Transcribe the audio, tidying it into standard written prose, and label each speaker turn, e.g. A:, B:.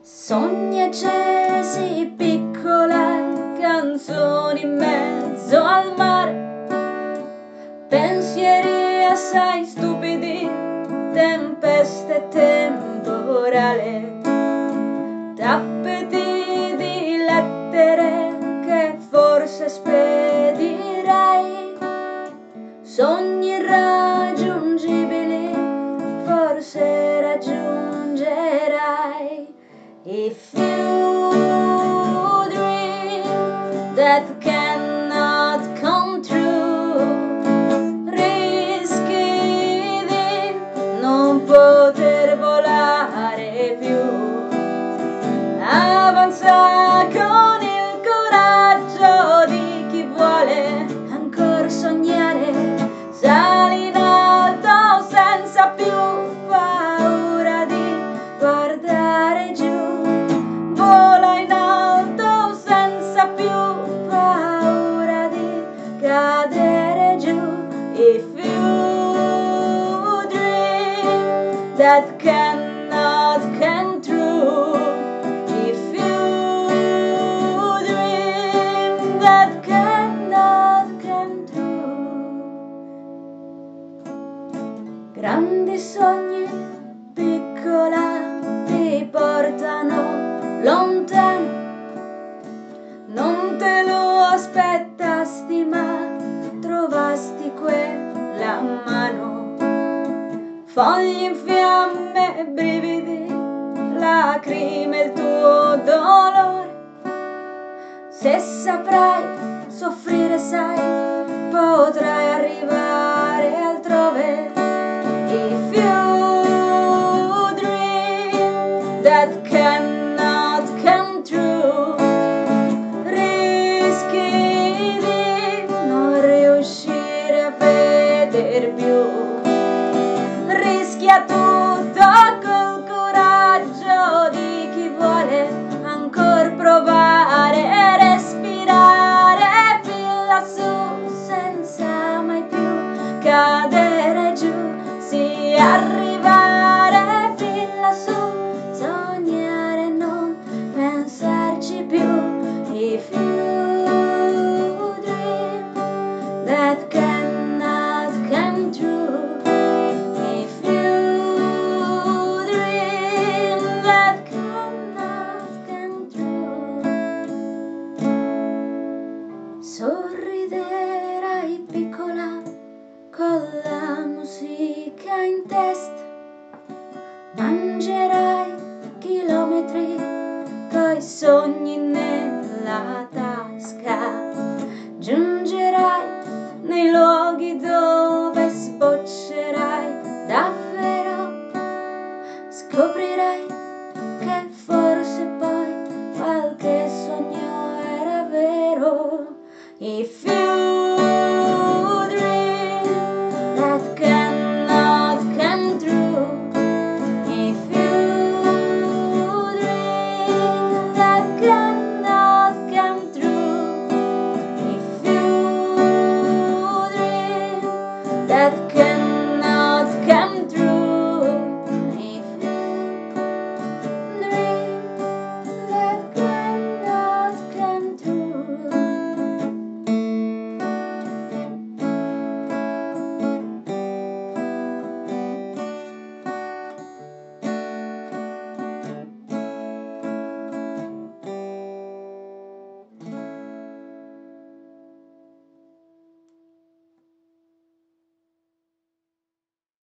A: Sogni accesi, piccole canzoni in mezzo al mare, pensieri assai stupidi, tempeste temporale, tappeti di lettere che forse spedirai, sogni irraggiungibili, forse raggiungerai. If you dream that cannot come true, rischi di non poter volare più. Avanza con il coraggio di chi vuole ancora sognare, sali in alto senza più paura di guardare giù. Cadere giù. If you dream that cannot come true, if you dream that cannot come true. Grandi sogni, piccola, ti portano lontano, non te lo aspettasti ma trovasti quella mano, fogli in fiamme, brividi, lacrime, il tuo dolore. Se saprai soffrire, sai, potrai arrivare altrove. If you dream that cannot come true, più. Rischia tutto col coraggio di chi vuole ancora provare e respirare fin lassù senza mai più cadere giù. Sì, arrivare fin lassù, sognare, non pensarci più. If you dream that cannot come true, if you dream that cannot come true. Sorriderai piccola con la musica in testa, mangerai chilometri coi sogni nella testa.